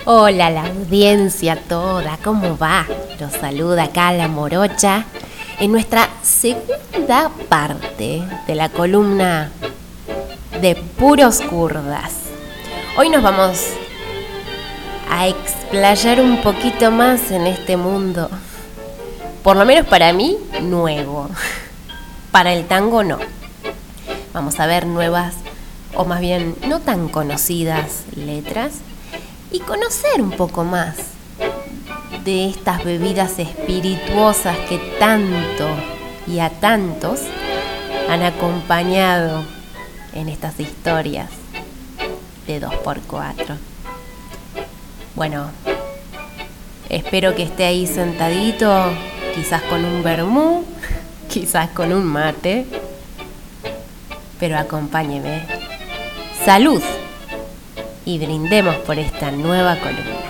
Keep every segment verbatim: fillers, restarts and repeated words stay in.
Hola la audiencia toda, ¿cómo va? Los saluda acá la Morocha en nuestra segunda parte de la columna de Puros Kurdas. Hoy nos vamos a explayar un poquito más en este mundo, por lo menos para mí, nuevo. Para el tango no. Vamos a ver nuevas, o más bien no tan conocidas letras, y conocer un poco más de estas bebidas espirituosas que tanto y a tantos han acompañado en estas historias de dos por cuatro. Bueno, espero que esté ahí sentadito, quizás con un vermú, quizás con un mate, pero acompáñeme. ¡Salud! Y brindemos por esta nueva columna.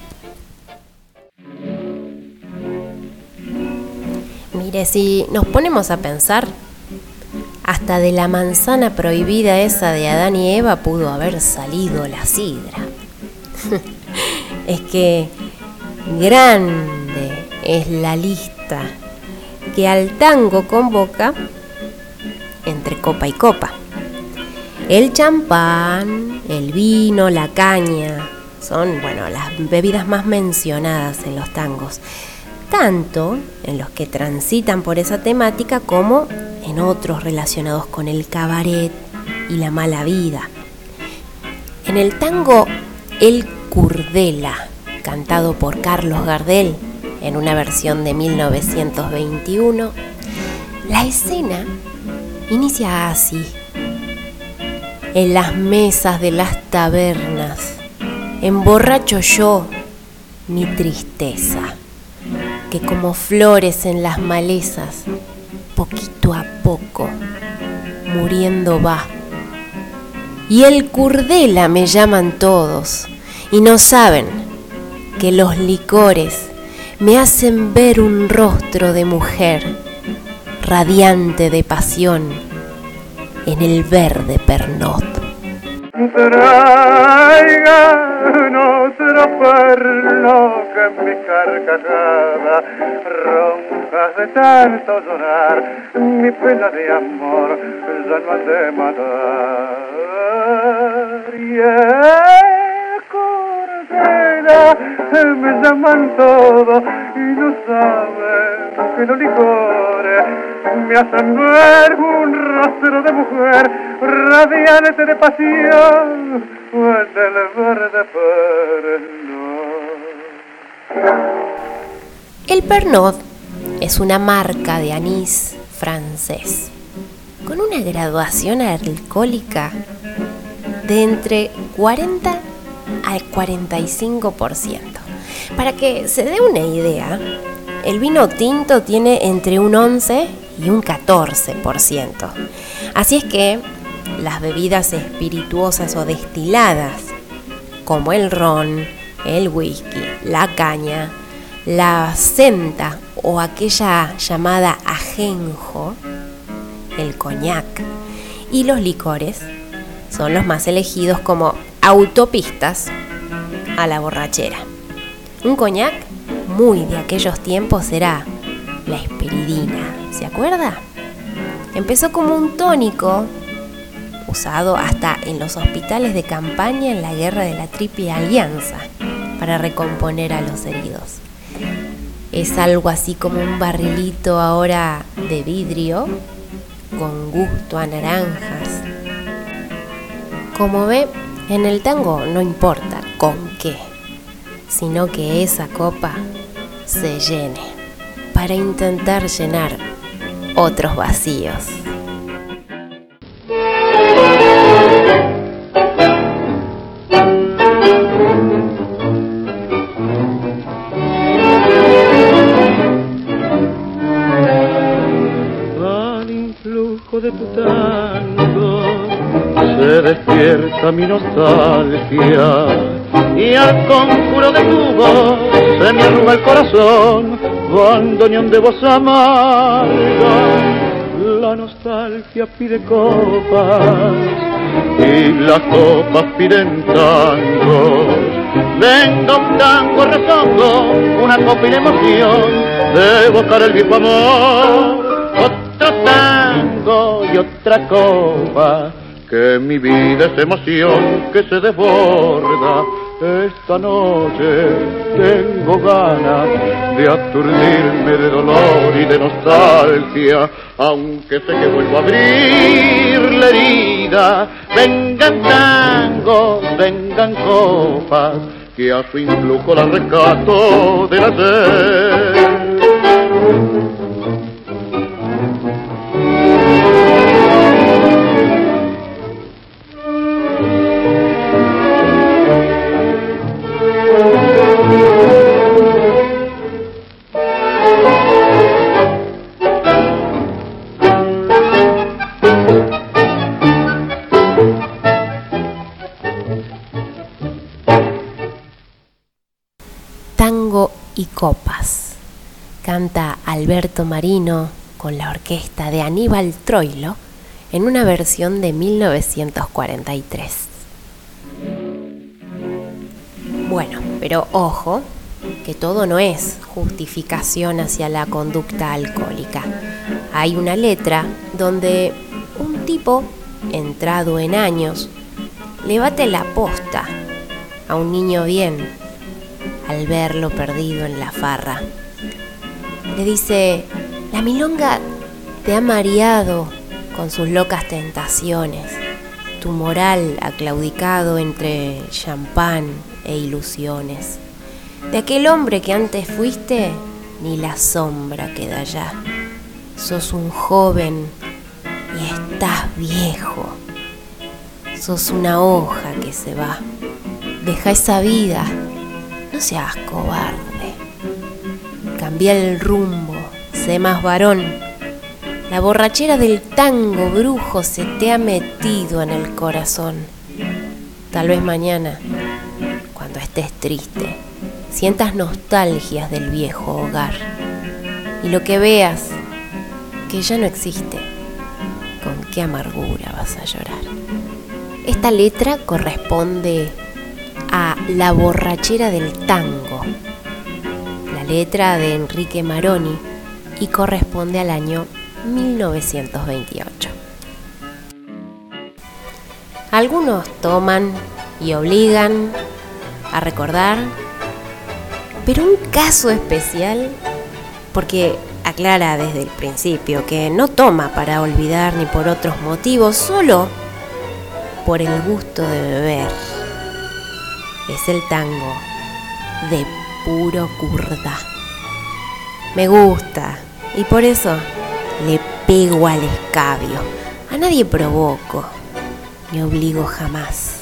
Mire, si nos ponemos a pensar, hasta de la manzana prohibida esa de Adán y Eva pudo haber salido la sidra. Es que grande es la lista que al tango convoca entre copa y copa. El champán, el vino, la caña son, bueno, las bebidas más mencionadas en los tangos, tanto en los que transitan por esa temática como en otros relacionados con el cabaret y la mala vida. En el tango El Kurdela, cantado por Carlos Gardel en una versión de mil novecientos veintiuno, la escena inicia así. En las mesas de las tabernas emborracho yo mi tristeza, que como flores en las malezas, poquito a poco, muriendo va. Y el Kurdela me llaman todos, y no saben que los licores me hacen ver un rostro de mujer, radiante de pasión, en el verde Pernod. Traigan otro perno que en mi carcajada, roncas de tanto llorar, mi pena de amor ya no han de matar. Y el Kurdela me llaman todo y no saben que los licores me hacen ver un rostro de mujer radiante de pasión en el verde Pernod. El Pernod es una marca de anís francés con una graduación alcohólica de entre cuarenta al cuarenta y cinco por ciento. Para que se dé una idea, el vino tinto tiene entre un once y un catorce por ciento. Así es que las bebidas espirituosas o destiladas, como el ron, el whisky, la caña, la absenta o aquella llamada ajenjo, el coñac y los licores, son los más elegidos como autopistas a la borrachera. Un coñac muy de aquellos tiempos era la Esperidina, ¿se acuerda? Empezó como un tónico usado hasta en los hospitales de campaña en la guerra de la Triple Alianza para recomponer a los heridos. Es algo así como un barrilito ahora de vidrio con gusto a naranjas. Como ve, en el tango no importa con qué, sino que esa copa se llene para intentar llenar otros vacíos. Al influjo de tu tango se despierta mi nostalgia y al conjuro de tu voz se me arruga el corazón, bandoneón de voz amarga. La nostalgia pide copas y las copas piden tangos. venga un tango rezongo, una copa y la emoción de evocar el viejo amor. Otro tango y otra copa, que mi vida es emoción que se desborda. Esta noche tengo ganas de aturdirme de dolor y de nostalgia, aunque sé que vuelvo a abrir la herida. Vengan tangos, vengan copas, que a su influjo la rescato del ayer. Tango y copas. Canta Alberto Marino con la orquesta de Aníbal Troilo en una versión de mil novecientos cuarenta y tres. Bueno, pero ojo, que todo no es justificación hacia la conducta alcohólica. Hay una letra donde un tipo, entrado en años, le bate la posta a un niño bien al verlo perdido en la farra. Le dice: la milonga te ha mareado con sus locas tentaciones, tu moral ha claudicado entre champán e ilusiones. De aquel hombre que antes fuiste, ni la sombra queda ya. Sos un joven y estás viejo. Sos una hoja que se va. Deja esa vida, no seas cobarde. Cambia el rumbo, sé más varón. La borrachera del tango brujo se te ha metido en el corazón. Tal vez mañana, cuando estés triste, sientas nostalgias del viejo hogar. Y lo que veas, que ya no existe, con qué amargura vas a llorar. Esta letra corresponde a La borrachera del tango, la letra de Enrique Maroni, y corresponde al año mil novecientos veintiocho. Algunos toman y obligan a recordar, pero un caso especial, porque aclara desde el principio que no toma para olvidar ni por otros motivos, solo por el gusto de beber. Es el tango de Puro Kurda. Me gusta y por eso le pego al escabio. A nadie provoco, ni obligo jamás.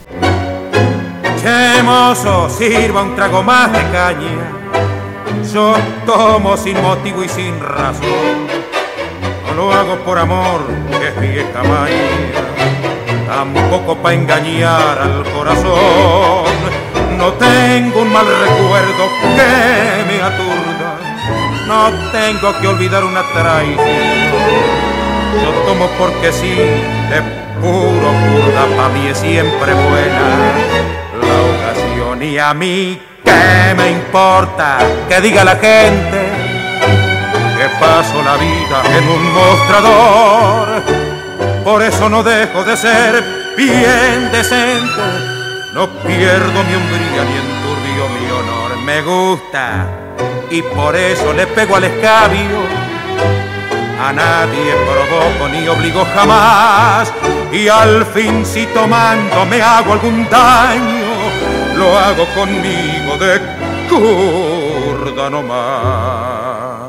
Che, mozo, sirva un trago más de caña. Yo tomo sin motivo y sin razón. No lo hago por amor, que es vieja maña, tampoco pa' engañar al corazón. No tengo un mal recuerdo que me aturda, no tengo que olvidar una traición. Yo tomo porque sí, de puro Kurda, pa' mí es siempre buena la ocasión. Y a mí, ¿qué me importa que diga la gente que paso la vida en un mostrador? Por eso no dejo de ser bien decente, no pierdo mi hombría ni enturbio mi honor. Me gusta y por eso le pego al escabio. A nadie provoco ni obligo jamás. Y al fin si tomando me hago algún daño, lo hago conmigo de Kurda nomás.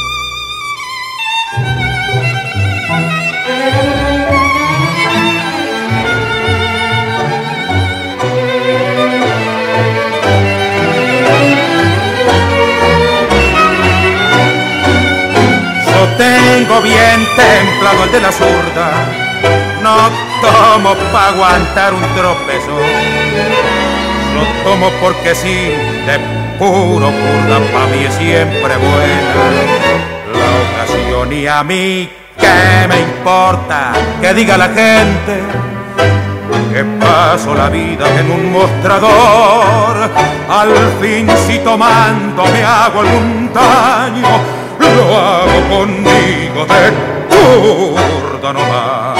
Tengo bien templado el de la zurda, no tomo pa' aguantar un tropezón. No tomo porque sí, de puro Kurda, pa' mí es siempre buena la ocasión. Y a mí, ¿qué me importa que diga la gente que paso la vida en un mostrador. Al fin si tomando me hago algún daño, lo hago conmigo de curda nomás.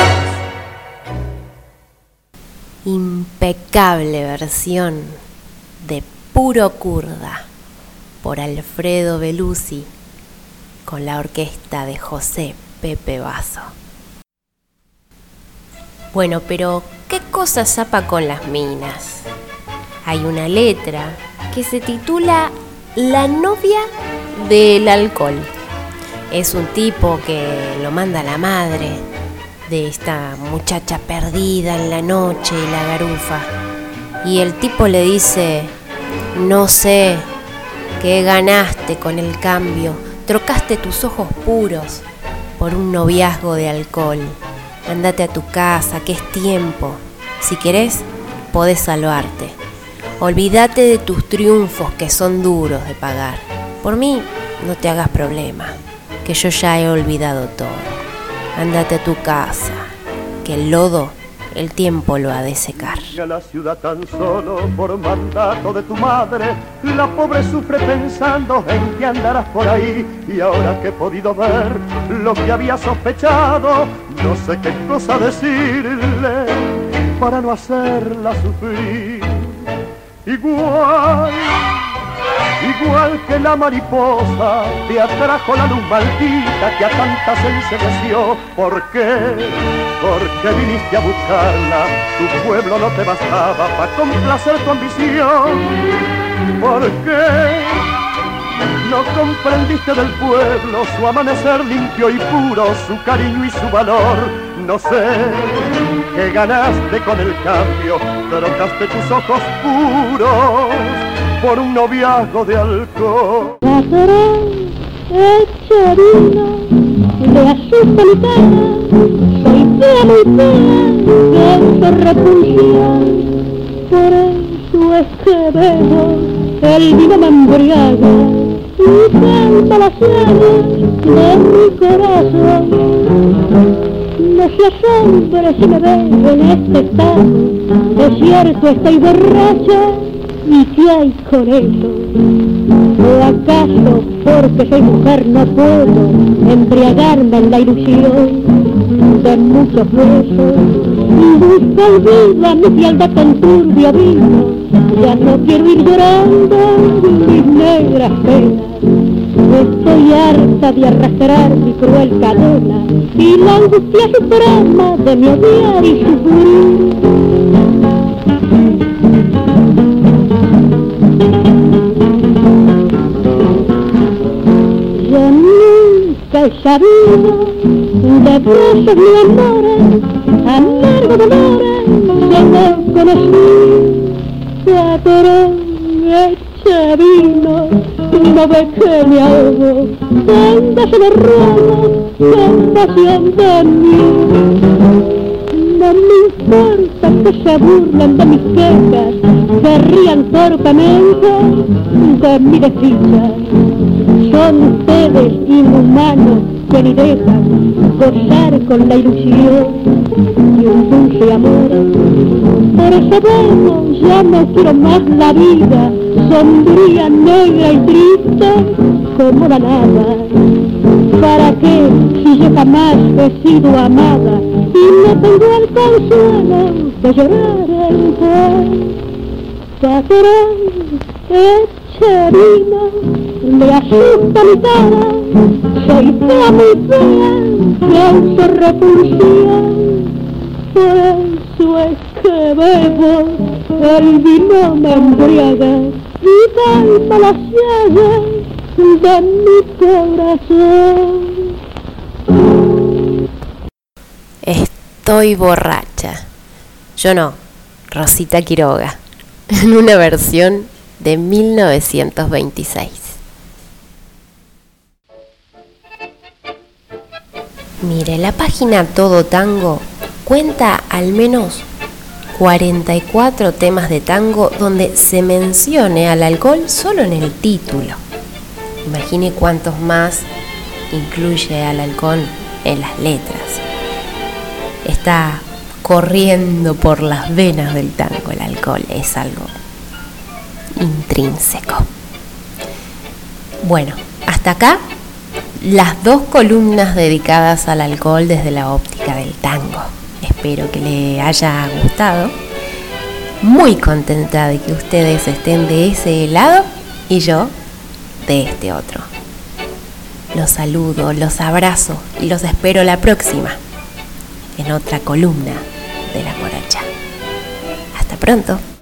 Impecable versión de Puro Curda por Alfredo Belusi con la orquesta de José Pepe Basso. Bueno, pero ¿qué cosa zapa con las minas? Hay una letra que se titula La novia del alcohol. Es un tipo que lo manda la madre de esta muchacha perdida en la noche y la garufa. Y el tipo le dice: no sé qué ganaste con el cambio, trocaste tus ojos puros por un noviazgo de alcohol. Andate a tu casa, que es tiempo. Si querés, podés salvarte. Olvídate de tus triunfos que son duros de pagar. Por mí, no te hagas problema, que yo ya he olvidado todo. Andate a tu casa, que el lodo, el tiempo lo ha de secar. A la ciudad tan solo por mandato de tu madre, la pobre sufre pensando en que andarás por ahí. Y ahora que he podido ver lo que había sospechado, no sé qué cosa decirle para no hacerla sufrir. Igual, igual que la mariposa te atrajo la luz maldita que a tantas ensegueció. ¿Por qué? Porque viniste a buscarla, tu pueblo no te bastaba para complacer tu ambición. ¿Por qué no comprendiste del pueblo su amanecer limpio y puro, su cariño y su valor? No sé qué ganaste con el cambio, trocaste tus ojos puros por un noviazgo de alcohol. Hecha vino de azul solitaria, soy fea, muy fea, de repulsión. Por eso es que bebo, el vino me embriaga y canta las llaves de mi corazón. No se asombre si me veo en este estado, es cierto estoy borracha, ¿y qué hay con eso? ¿O acaso porque soy mujer no puedo embriagarme en la ilusión de muchos besos? Y busca olvida mi frialdad con turbio vino, ya no quiero ir llorando mis negras penas. Estoy harta de arrastrar mi cruel cadena y la angustia suprema de mi odiar y sufrir. Yo nunca he sabido de besos ni amores, amargo dolores yo no conocí. Patrón hecha vino, no ve que me ahogo, véngase de ruego, compasión de mí. No me importa que se burlen de mis quejas, que rían torpemente de mi desdicha. Son ustedes inhumanos que ni dejan gozar con la ilusión de un dulce amor. Por eso vengo, ya no quiero más la vida, sombría, negra y triste como la nada. ¿Para qué si yo jamás he sido amada y no tengo el consuelo de llorar en paz? Patrón, eche vino, me asusta mi cara, soy fea, muy fea, causa repulsión. Por eso es que bebo, el vino me embriaga y calma las llagas de mi corazón. Estoy borracha. Yo no, Rosita Quiroga, en una versión de mil novecientos veintiséis. Mire, la página Todo Tango cuenta al menos cuarenta y cuatro temas de tango donde se mencione al alcohol solo en el título. Imagine cuántos más incluye al alcohol en las letras. Está corriendo por las venas del tango. El alcohol es algo intrínseco. Bueno, hasta acá las dos columnas dedicadas al alcohol desde la óptica del tango. Espero que le haya gustado. Muy contenta de que ustedes estén de ese lado y yo de este otro. Los saludo, los abrazo y los espero la próxima en otra columna de La Morocha. Hasta pronto.